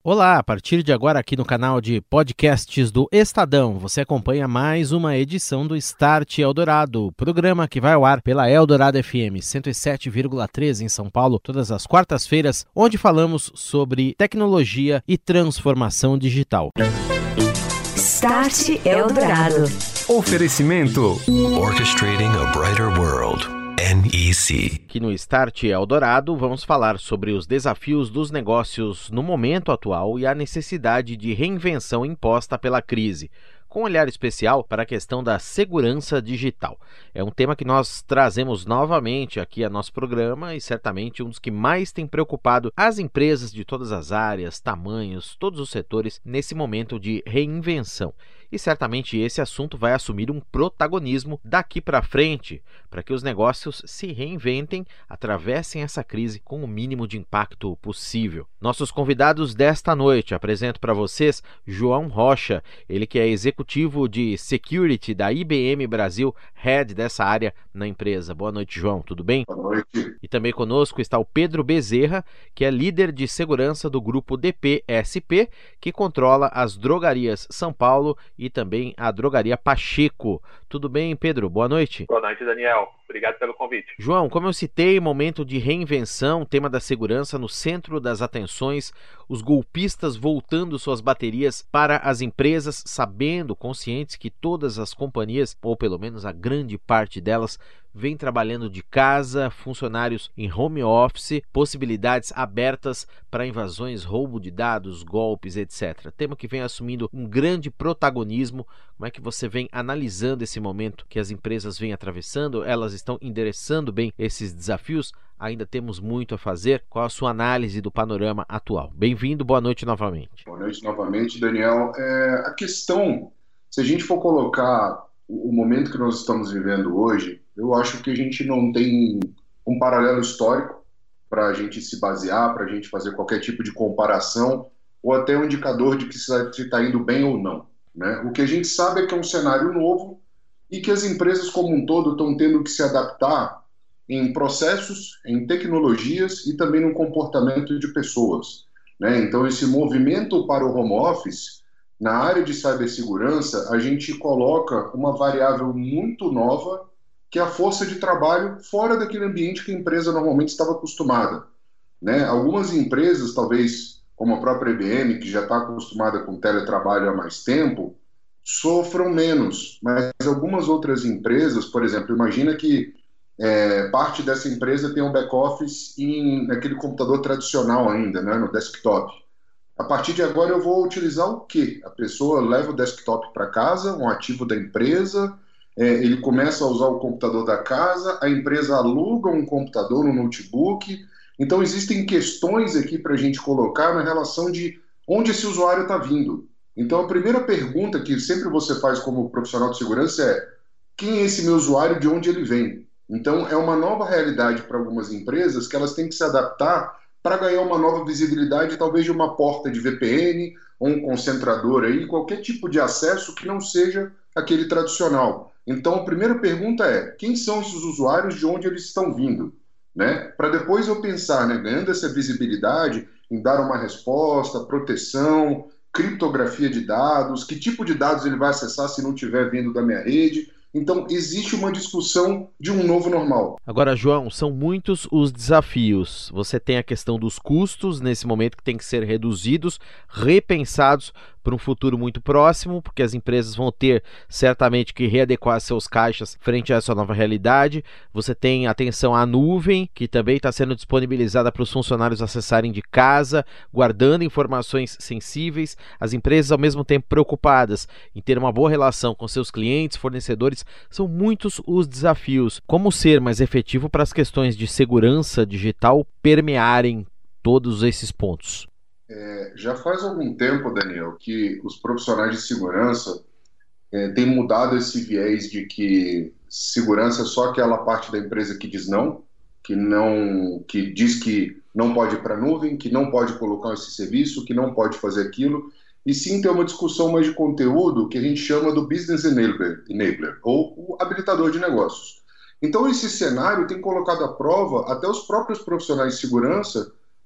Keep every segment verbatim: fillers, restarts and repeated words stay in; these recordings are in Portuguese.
Olá, a partir de agora aqui no canal de podcasts do Estadão, você acompanha mais uma edição do Start Eldorado, programa que vai ao ar pela Eldorado F M cento e sete vírgula três em São Paulo, todas as quartas-feiras, onde falamos sobre tecnologia e transformação digital. Start Eldorado. Oferecimento Orchestrating a Brighter World. N E C. Aqui no Start Eldorado vamos falar sobre os desafios dos negócios no momento atual e a necessidade de reinvenção imposta pela crise, com um olhar especial para a questão da segurança digital. É um tema que nós trazemos novamente aqui a nosso programa e certamente um dos que mais tem preocupado as empresas de todas as áreas, tamanhos, todos os setores nesse momento de reinvenção. E certamente esse assunto vai assumir um protagonismo daqui para frente, para que os negócios se reinventem, atravessem essa crise com o mínimo de impacto possível. Nossos convidados desta noite, apresento para vocês João Rocha, ele que é executivo de Security da I B M Brasil, Head dessa área na empresa. Boa noite, João, tudo bem? Boa noite. E também conosco está o Pedro Bezerra, que é líder de segurança do grupo D P S P, que controla as drogarias São Paulo e também a drogaria Pacheco. Tudo bem, Pedro? Boa noite. Boa noite, Daniel. Obrigado pelo convite. João, como eu citei, momento de reinvenção, tema da segurança no centro das atenções, os golpistas voltando suas baterias para as empresas, sabendo, conscientes que todas as companhias, ou pelo menos a grande parte delas, vem trabalhando de casa, funcionários em home office, possibilidades abertas para invasões, roubo de dados, golpes, etcétera. Tema que vem assumindo um grande protagonismo. Como é que você vem analisando esse momento que as empresas vêm atravessando? Elas estão endereçando bem esses desafios? Ainda temos muito a fazer. Qual a sua análise do panorama atual? Bem-vindo, boa noite novamente. Boa noite novamente, Daniel. É, a questão, se a gente for colocar o momento que nós estamos vivendo hoje, eu acho que a gente não tem um paralelo histórico para a gente se basear, para a gente fazer qualquer tipo de comparação ou até um indicador de que se está indo bem ou não, né? O que a gente sabe é que é um cenário novo e que as empresas como um todo estão tendo que se adaptar em processos, em tecnologias e também no comportamento de pessoas, né? Então esse movimento para o home office, na área de cibersegurança, a gente coloca uma variável muito nova, que é a força de trabalho fora daquele ambiente que a empresa normalmente estava acostumada, né? Algumas empresas, talvez como a própria I B M, que já está acostumada com teletrabalho há mais tempo, sofram menos, mas algumas outras empresas, por exemplo, imagina que é, parte dessa empresa tem um back-office em naquele computador tradicional ainda, né, no desktop. A partir de agora eu vou utilizar o quê? A pessoa leva o desktop para casa, um ativo da empresa, é, ele começa a usar o computador da casa, a empresa aluga um computador, um notebook. Então existem questões aqui para a gente colocar na relação de onde esse usuário está vindo. Então a primeira pergunta que sempre você faz como profissional de segurança é: quem é esse meu usuário, de onde ele vem? Então é uma nova realidade para algumas empresas que elas têm que se adaptar para ganhar uma nova visibilidade, talvez de uma porta de V P N, ou um concentrador aí, qualquer tipo de acesso que não seja aquele tradicional. Então a primeira pergunta é: quem são esses usuários, de onde eles estão vindo? Né? Para depois eu pensar, né, ganhando essa visibilidade, em dar uma resposta, proteção, criptografia de dados, que tipo de dados ele vai acessar se não estiver vindo da minha rede. Então, existe uma discussão de um novo normal. Agora, João, são muitos os desafios. Você tem a questão dos custos, nesse momento, que tem que ser reduzidos, repensados para um futuro muito próximo, porque as empresas vão ter certamente que readequar seus caixas frente a essa nova realidade. Você tem atenção à nuvem, que também está sendo disponibilizada para os funcionários acessarem de casa, guardando informações sensíveis. As empresas, ao mesmo tempo, preocupadas em ter uma boa relação com seus clientes, fornecedores. São muitos os desafios. Como ser mais efetivo para as questões de segurança digital permearem todos esses pontos? É, já faz algum tempo, Daniel, que os profissionais de segurança é, têm mudado esse viés de que segurança é só aquela parte da empresa que diz não, que, não, que diz que não pode ir para a nuvem, que não pode colocar esse serviço, que não pode fazer aquilo, e sim ter uma discussão mais de conteúdo que a gente chama do Business Enabler, enabler ou o habilitador de negócios. Então esse cenário tem colocado à prova até os próprios profissionais de segurança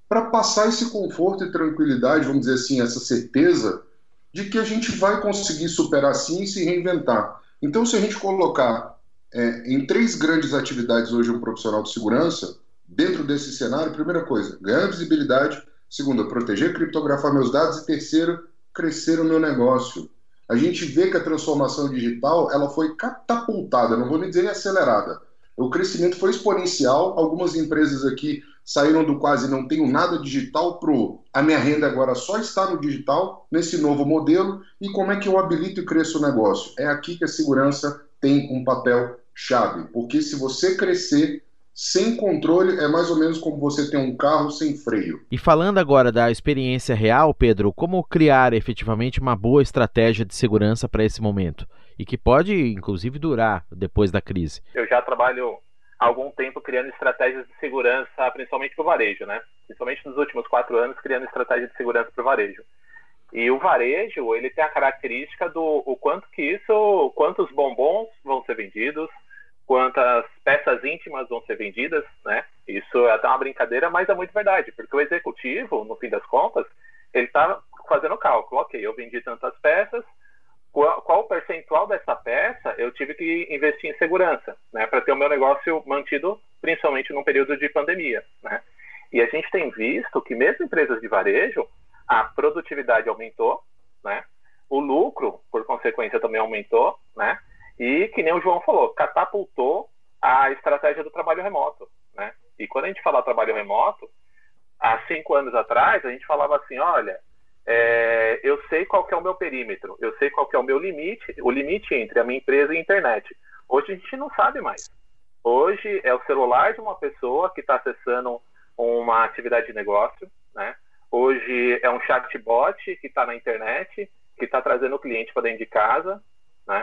para passar esse conforto e tranquilidade, vamos dizer assim, essa certeza de que a gente vai conseguir superar sim e se reinventar. Então, se a gente colocar é, em três grandes atividades hoje um profissional de segurança, dentro desse cenário, primeira coisa, ganhar visibilidade, segunda, proteger, criptografar meus dados e terceiro, crescer o meu negócio. A gente vê que a transformação digital ela foi catapultada, não vou nem dizer acelerada. O crescimento foi exponencial, algumas empresas aqui saíram do quase não tenho nada digital para a minha renda agora só está no digital, nesse novo modelo, e como é que eu habilito e cresço o negócio? É aqui que a segurança tem um papel chave, porque se você crescer sem controle, é mais ou menos como você ter um carro sem freio. E falando agora da experiência real, Pedro, como criar efetivamente uma boa estratégia de segurança para esse momento? E que pode, inclusive, durar depois da crise. Eu já trabalho há algum tempo criando estratégias de segurança, principalmente para o varejo, né? Principalmente nos últimos quatro anos, criando estratégia de segurança para o varejo. E o varejo, ele tem a característica do o quanto que isso, quantos bombons vão ser vendidos, quantas peças íntimas vão ser vendidas, né? Isso é até uma brincadeira, mas é muito verdade, porque o executivo, no fim das contas, ele está fazendo o cálculo. Ok, eu vendi tantas peças, qual, qual o percentual dessa peça eu tive que investir em segurança, né? Para ter o meu negócio mantido, principalmente num período de pandemia, né? E a gente tem visto que mesmo empresas de varejo, a produtividade aumentou, né? O lucro, por consequência, também aumentou, né? E, que nem o João falou, catapultou a estratégia do trabalho remoto, né? E quando a gente fala trabalho remoto, há cinco anos atrás, a gente falava assim, olha, é, eu sei qual que é o meu perímetro, eu sei qual que é o meu limite, o limite entre a minha empresa e a internet. Hoje a gente não sabe mais. Hoje é o celular de uma pessoa que está acessando uma atividade de negócio, né? Hoje é um chatbot que está na internet, que está trazendo o cliente para dentro de casa, né?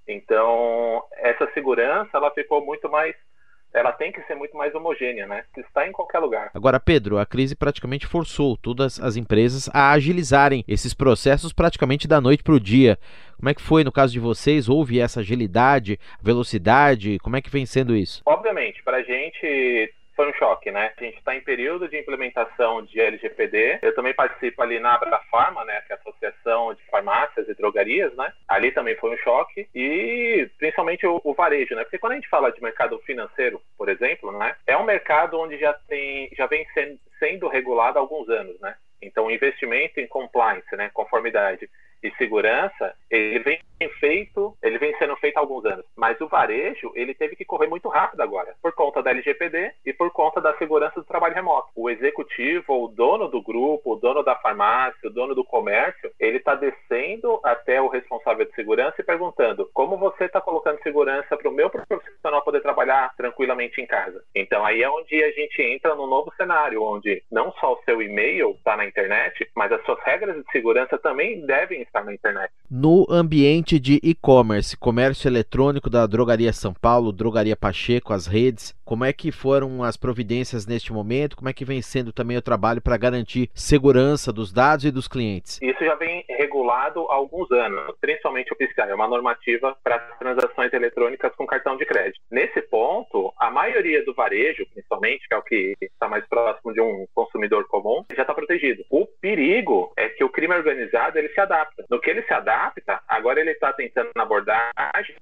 Então, essa segurança, ela ficou muito mais, ela tem que ser muito mais homogênea, né? Que está em qualquer lugar. Agora, Pedro, a crise praticamente forçou todas as empresas a agilizarem esses processos praticamente da noite para o dia. Como é que foi no caso de vocês? Houve essa agilidade, velocidade? Como é que vem sendo isso? Obviamente, para a gente foi um choque, né? A gente está em período de implementação de L G P D. Eu também participo ali na Abrafarma, né? Que é a Associação de Farmácias e Drogarias, né? Ali também foi um choque. E principalmente o, o varejo, né? Porque quando a gente fala de mercado financeiro, por exemplo, né? É um mercado onde já tem, já vem sendo, sendo regulado há alguns anos, né? Então, o investimento em compliance, né? Conformidade e segurança, ele vem feito, ele vem sendo feito há alguns anos. Mas o varejo, ele teve que correr muito rápido agora, por conta da L G P D e por conta da segurança do trabalho remoto. O executivo, o dono do grupo, o dono da farmácia, o dono do comércio, ele está descendo até o responsável de segurança e perguntando como você está colocando segurança para o meu profissional poder trabalhar tranquilamente em casa. Então, aí é onde a gente entra num novo cenário, onde não só o seu e-mail está na internet, mas as suas regras de segurança também devem estar na internet. No ambiente de e-commerce, comércio eletrônico da Drogaria São Paulo, Drogaria Pacheco, as redes, como é que foram as providências neste momento? Como é que vem sendo também o trabalho para garantir segurança dos dados e dos clientes? Isso já vem regulado há alguns anos, principalmente o P C I, é uma normativa para transações eletrônicas com cartão de crédito. Nesse ponto, a maioria do varejo, principalmente, que é o que está mais próximo de um consumidor comum, já está protegido. O perigo é que o crime organizado ele se adapta. No que ele se adapta, agora ele está tentando abordagem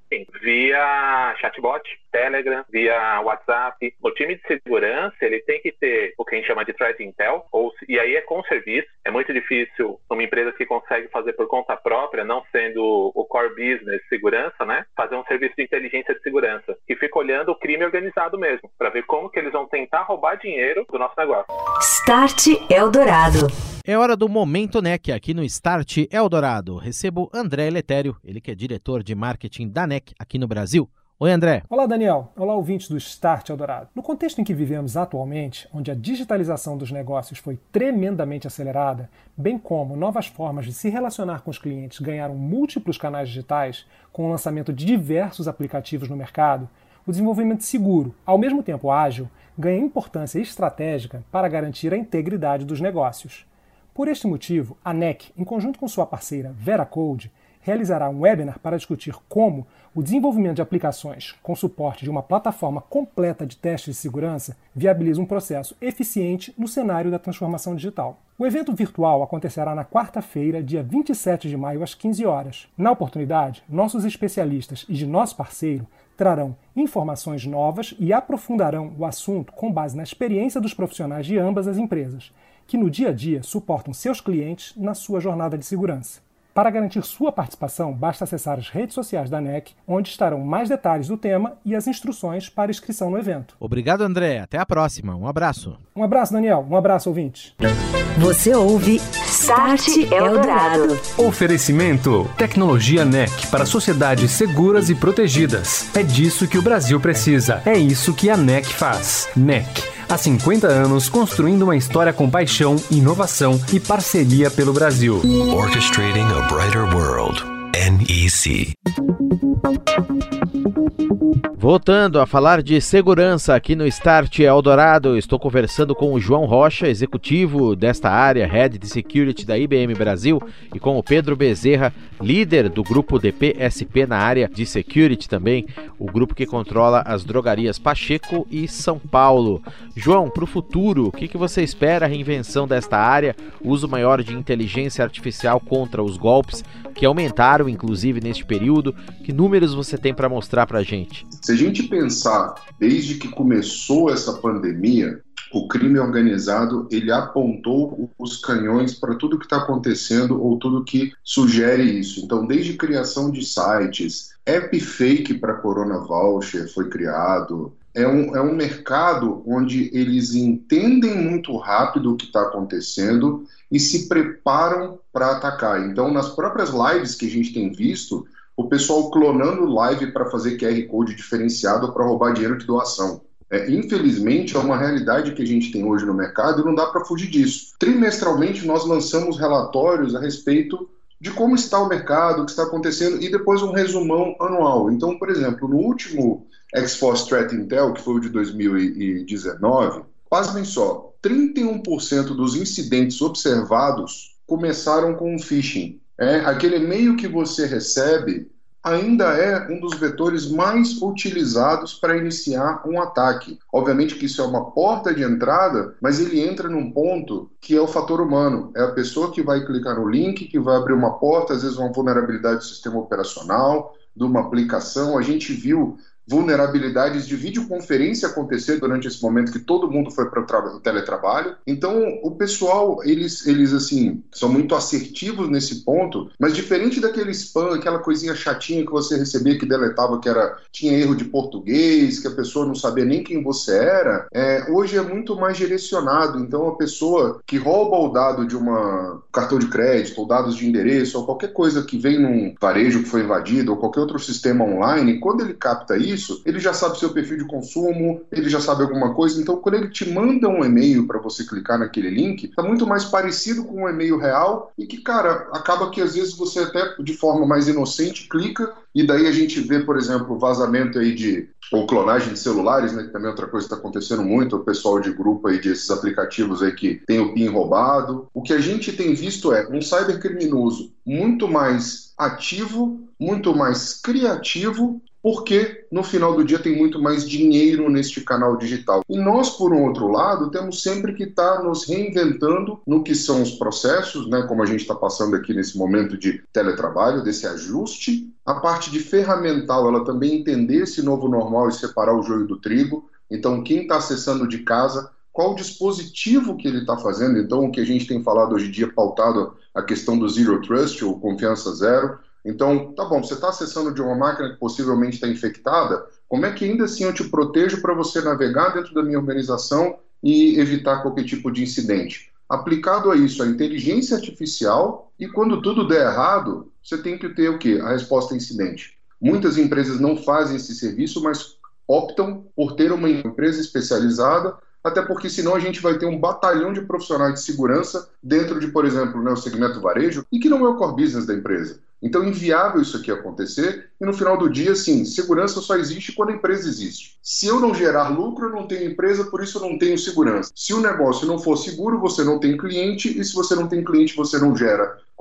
via chatbot, Telegram, via WhatsApp. O time de segurança ele tem que ter o que a gente chama de threat intel, ou, e aí é com serviço. É muito difícil uma empresa que consegue fazer por conta própria, não sendo o core business segurança, né, fazer um serviço de inteligência de segurança, que fica olhando o crime organizado mesmo, para ver como que eles vão tentar roubar dinheiro do nosso negócio. Start Eldorado. É hora do Momento N E C aqui no Start Eldorado. Recebo André Eletério, ele que é diretor de marketing da N E C aqui no Brasil. Oi, André. Olá, Daniel. Olá, ouvintes do Start Eldorado. No contexto em que vivemos atualmente, onde a digitalização dos negócios foi tremendamente acelerada, bem como novas formas de se relacionar com os clientes ganharam múltiplos canais digitais, com o lançamento de diversos aplicativos no mercado, o desenvolvimento seguro, ao mesmo tempo ágil, ganha importância estratégica para garantir a integridade dos negócios. Por este motivo, a N E C, em conjunto com sua parceira VeraCode, realizará um webinar para discutir como o desenvolvimento de aplicações com suporte de uma plataforma completa de testes de segurança viabiliza um processo eficiente no cenário da transformação digital. O evento virtual acontecerá na quarta-feira, dia vinte e sete de maio, às quinze horas. Na oportunidade, nossos especialistas e de nosso parceiro trarão informações novas e aprofundarão o assunto com base na experiência dos profissionais de ambas as empresas, que no dia a dia suportam seus clientes na sua jornada de segurança. Para garantir sua participação, basta acessar as redes sociais da N E C, onde estarão mais detalhes do tema e as instruções para inscrição no evento. Obrigado, André. Até a próxima. Um abraço. Um abraço, Daniel. Um abraço, ouvintes. Você ouve Start Eldorado. Oferecimento: Tecnologia N E C para sociedades seguras e protegidas. É disso que o Brasil precisa. É isso que a N E C faz. N E C. Há cinquenta anos, construindo uma história com paixão, inovação e parceria pelo Brasil. Orchestrating a brighter world. N E C. Voltando a falar de segurança aqui no Start Eldorado, estou conversando com o João Rocha, executivo desta área, Head de Security da I B M Brasil, e com o Pedro Bezerra, líder do grupo D P S P na área de Security também, o grupo que controla as drogarias Pacheco e São Paulo. João, para o futuro, o que, que você espera a reinvenção desta área, uso maior de inteligência artificial contra os golpes, que aumentaram inclusive neste período? Que números você tem para mostrar para a gente? Se a gente pensar, desde que começou essa pandemia, o crime organizado ele apontou os canhões para tudo que está acontecendo ou tudo que sugere isso. Então, desde criação de sites, app fake para Corona Voucher foi criado. É um, é um mercado onde eles entendem muito rápido o que está acontecendo e se preparam para atacar. Então, nas próprias lives que a gente tem visto, o pessoal clonando live para fazer Q R Code diferenciado para roubar dinheiro de doação. É, infelizmente, é uma realidade que a gente tem hoje no mercado e não dá para fugir disso. Trimestralmente, nós lançamos relatórios a respeito de como está o mercado, o que está acontecendo, e depois um resumão anual. Então, por exemplo, no último X-Force Threat Intel, que foi o de dois mil e dezenove, pasmem só, trinta e um por cento dos incidentes observados começaram com um phishing. É, aquele e-mail que você recebe ainda é um dos vetores mais utilizados para iniciar um ataque. Obviamente que isso é uma porta de entrada, mas ele entra num ponto que é o fator humano. É a pessoa que vai clicar no link, que vai abrir uma porta, às vezes uma vulnerabilidade do sistema operacional, de uma aplicação. A gente viu vulnerabilidades de videoconferência acontecer durante esse momento que todo mundo foi para o teletrabalho. Então, o pessoal, eles, eles assim, são muito assertivos nesse ponto, mas diferente daquele spam, aquela coisinha chatinha que você recebia que deletava, que era, tinha erro de português, que a pessoa não sabia nem quem você era, é, hoje é muito mais direcionado. Então, a pessoa que rouba o dado de uma cartão de crédito, ou dados de endereço, ou qualquer coisa que vem num varejo que foi invadido, ou qualquer outro sistema online, quando ele capta isso, Isso, ele já sabe seu perfil de consumo, ele já sabe alguma coisa. Então, quando ele te manda um e-mail para você clicar naquele link, está muito mais parecido com um e-mail real e que, cara, acaba que às vezes você até de forma mais inocente clica e daí a gente vê, por exemplo, vazamento aí de ou clonagem de celulares, né, que também é outra coisa que está acontecendo muito, o pessoal de grupo aí desses aplicativos aí que tem o PIN roubado. O que a gente tem visto é um cybercriminoso muito mais ativo, muito mais criativo, porque no final do dia tem muito mais dinheiro neste canal digital. E nós, por um outro lado, temos sempre que estar nos reinventando no que são os processos, né, como a gente está passando aqui nesse momento de teletrabalho, desse ajuste. A parte de ferramental, ela também entender esse novo normal e separar o joio do trigo. Então, quem está acessando de casa, qual o dispositivo que ele está fazendo? Então, o que a gente tem falado hoje em dia, pautado a questão do Zero Trust, ou confiança zero. Então, tá bom, você está acessando de uma máquina que possivelmente está infectada, como é que ainda assim eu te protejo para você navegar dentro da minha organização e evitar qualquer tipo de incidente? Aplicado a isso, a inteligência artificial, e quando tudo der errado, você tem que ter o quê? A resposta a incidente. Muitas empresas não fazem esse serviço, mas optam por ter uma empresa especializada, até porque senão a gente vai ter um batalhão de profissionais de segurança dentro de, por exemplo, né, o segmento varejo, e que não é o core business da empresa. Então é inviável isso aqui acontecer, e no final do dia, sim, segurança só existe quando a empresa existe. Se eu não gerar lucro, eu não tenho empresa, por isso eu não tenho segurança. Se o negócio não for seguro, você não tem cliente, e se você não tem cliente, você não gera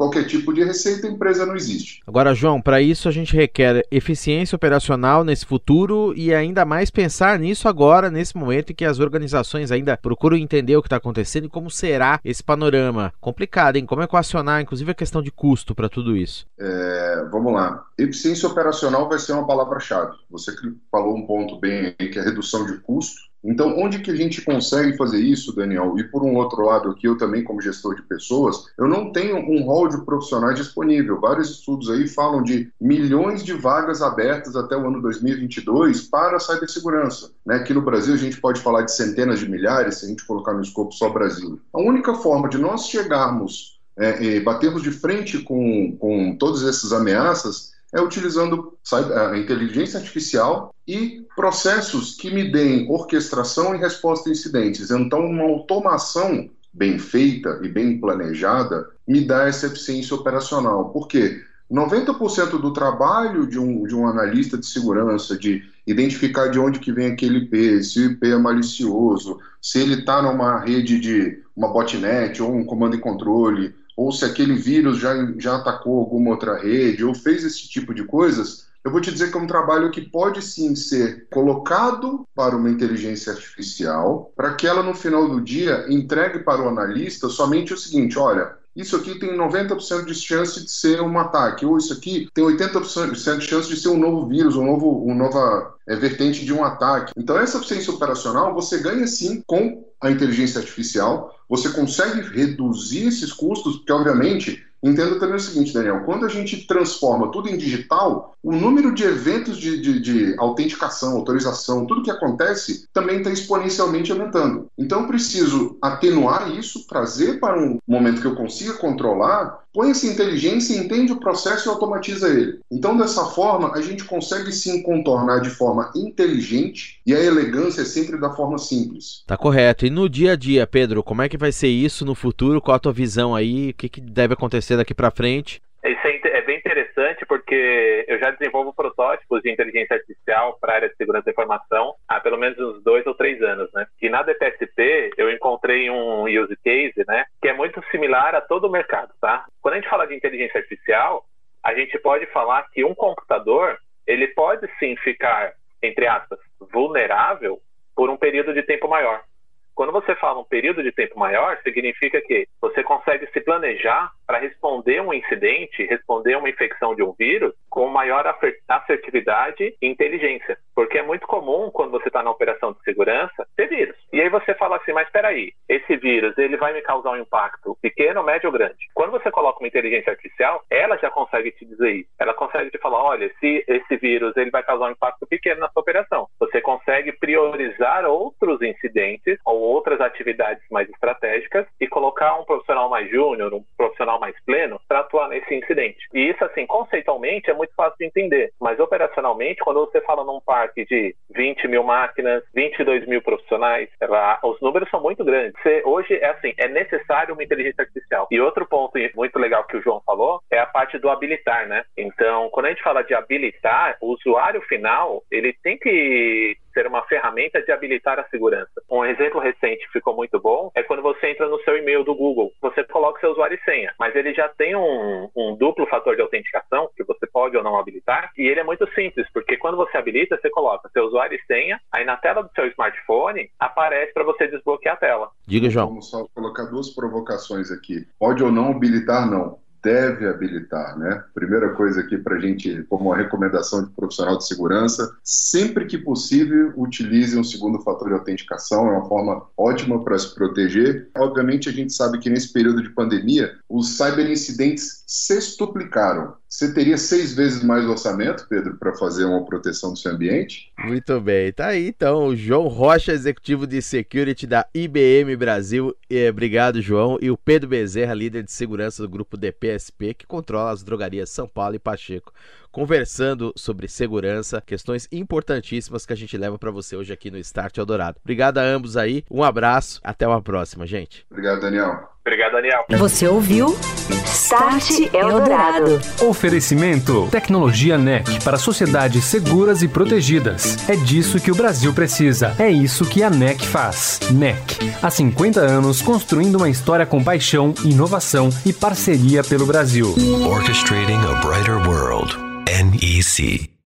qualquer tipo de receita, a empresa não existe. Agora, João, para isso a gente requer eficiência operacional nesse futuro e ainda mais pensar nisso agora, nesse momento em que as organizações ainda procuram entender o que está acontecendo e como será esse panorama. Complicado, hein? Como equacionar, inclusive, a questão de custo para tudo isso? É, vamos lá. Eficiência operacional vai ser uma palavra-chave. Você falou um ponto bem aí, que é a redução de custo. Então, onde que a gente consegue fazer isso, Daniel? E por um outro lado aqui, eu também como gestor de pessoas, eu não tenho um rol de profissionais disponível. Vários estudos aí falam de milhões de vagas abertas até o ano dois mil e vinte e dois para a cibersegurança. Né? Aqui no Brasil a gente pode falar de centenas de milhares, se a gente colocar no escopo só Brasil. A única forma de nós chegarmos é, e batermos de frente com, com todas essas ameaças é utilizando a inteligência artificial e processos que me deem orquestração e resposta a incidentes. Então, uma automação bem feita e bem planejada me dá essa eficiência operacional. Por quê? noventa por cento do trabalho de um, de um analista de segurança, de identificar de onde que vem aquele I P, se o I P é malicioso, se ele está numa rede de uma botnet ou um comando e controle, ou se aquele vírus já, já atacou alguma outra rede, ou fez esse tipo de coisas, eu vou te dizer que é um trabalho que pode sim ser colocado para uma inteligência artificial, para que ela no final do dia entregue para o analista somente o seguinte: olha, isso aqui tem noventa por cento de chance de ser um ataque, ou isso aqui tem oitenta por cento de chance de ser um novo vírus, um novo, uma nova é, vertente de um ataque. Então essa eficiência operacional você ganha sim com a inteligência artificial, você consegue reduzir esses custos, porque obviamente, entenda também o seguinte, Daniel, quando a gente transforma tudo em digital, o número de eventos de, de, de autenticação, autorização, tudo que acontece também está exponencialmente aumentando. Então eu preciso atenuar isso, trazer para um momento que eu consiga controlar, põe essa inteligência, entende o processo e automatiza ele. Então dessa forma a gente consegue sim contornar de forma inteligente e a elegância é sempre da forma simples. Tá correto. E no dia a dia, Pedro, como é que vai ser isso no futuro? Qual a tua visão aí? O que, que deve acontecer daqui para frente? Isso é bem interessante porque eu já desenvolvo protótipos de inteligência artificial para a área de segurança da informação há pelo menos uns dois ou três anos, né? E na D P S P eu encontrei um use case, né, que é muito similar a todo o mercado, tá? Quando a gente fala de inteligência artificial, a gente pode falar que um computador, ele pode sim ficar, entre aspas, vulnerável por um período de tempo maior. Quando você fala um período de tempo maior, significa que você consegue se planejar para responder um incidente, responder uma infecção de um vírus com maior assertividade e inteligência. Porque é muito comum, quando você está na operação de segurança, ter vírus. E aí você fala assim, mas espera aí, esse vírus ele vai me causar um impacto pequeno, médio ou grande? Quando você coloca uma inteligência artificial, ela já consegue te dizer isso. Ela consegue te falar, olha, se esse vírus ele vai causar um impacto pequeno na sua operação. Você consegue priorizar outros incidentes ou outras atividades mais estratégicas e colocar um profissional mais júnior, um profissional mais pleno para atuar nesse incidente. E isso, assim, conceitualmente é muito fácil de entender, mas operacionalmente, quando você fala num parque de vinte mil máquinas, vinte e dois mil profissionais, ela, os números são muito grandes. Você, hoje, é assim, é necessário uma inteligência artificial. E outro ponto muito legal que o João falou é a parte do habilitar, né? Então, quando a gente fala de habilitar, o usuário final, ele tem que ser uma ferramenta de habilitar a segurança. Um exemplo recente que ficou muito bom é quando você entra no seu e-mail do Google, você coloca seu usuário e senha, mas ele já tem um, um duplo fator de autenticação, que você pode ou não habilitar, e ele é muito simples, porque quando você habilita, você coloca seu usuário e senha, aí na tela do seu smartphone, aparece para você desbloquear a tela. Diga, João. Vamos só colocar duas provocações aqui. Pode ou não habilitar, não. Deve habilitar, né? Primeira coisa aqui para a gente, como uma recomendação de profissional de segurança, sempre que possível, utilize um segundo fator de autenticação, é uma forma ótima para se proteger. Obviamente, a gente sabe que nesse período de pandemia, os cyberincidentes sextuplicaram. Você teria seis vezes mais orçamento, Pedro, para fazer uma proteção do seu ambiente? Muito bem, tá aí então o João Rocha, executivo de Security da I B M Brasil. E, obrigado, João. E o Pedro Bezerra, líder de segurança do grupo D P S P, que controla as drogarias São Paulo e Pacheco, conversando sobre segurança, questões importantíssimas que a gente leva para você hoje aqui no Start Eldorado. Obrigado a ambos aí, um abraço, até uma próxima, gente. Obrigado, Daniel. Obrigado, Daniel. Você ouviu Start Eldorado. Oferecimento Tecnologia N E C para sociedades seguras e protegidas. É disso que o Brasil precisa. É isso que a N E C faz. N E C, há cinquenta anos construindo uma história com paixão, inovação e parceria pelo Brasil. Orchestrating a brighter world. N E C.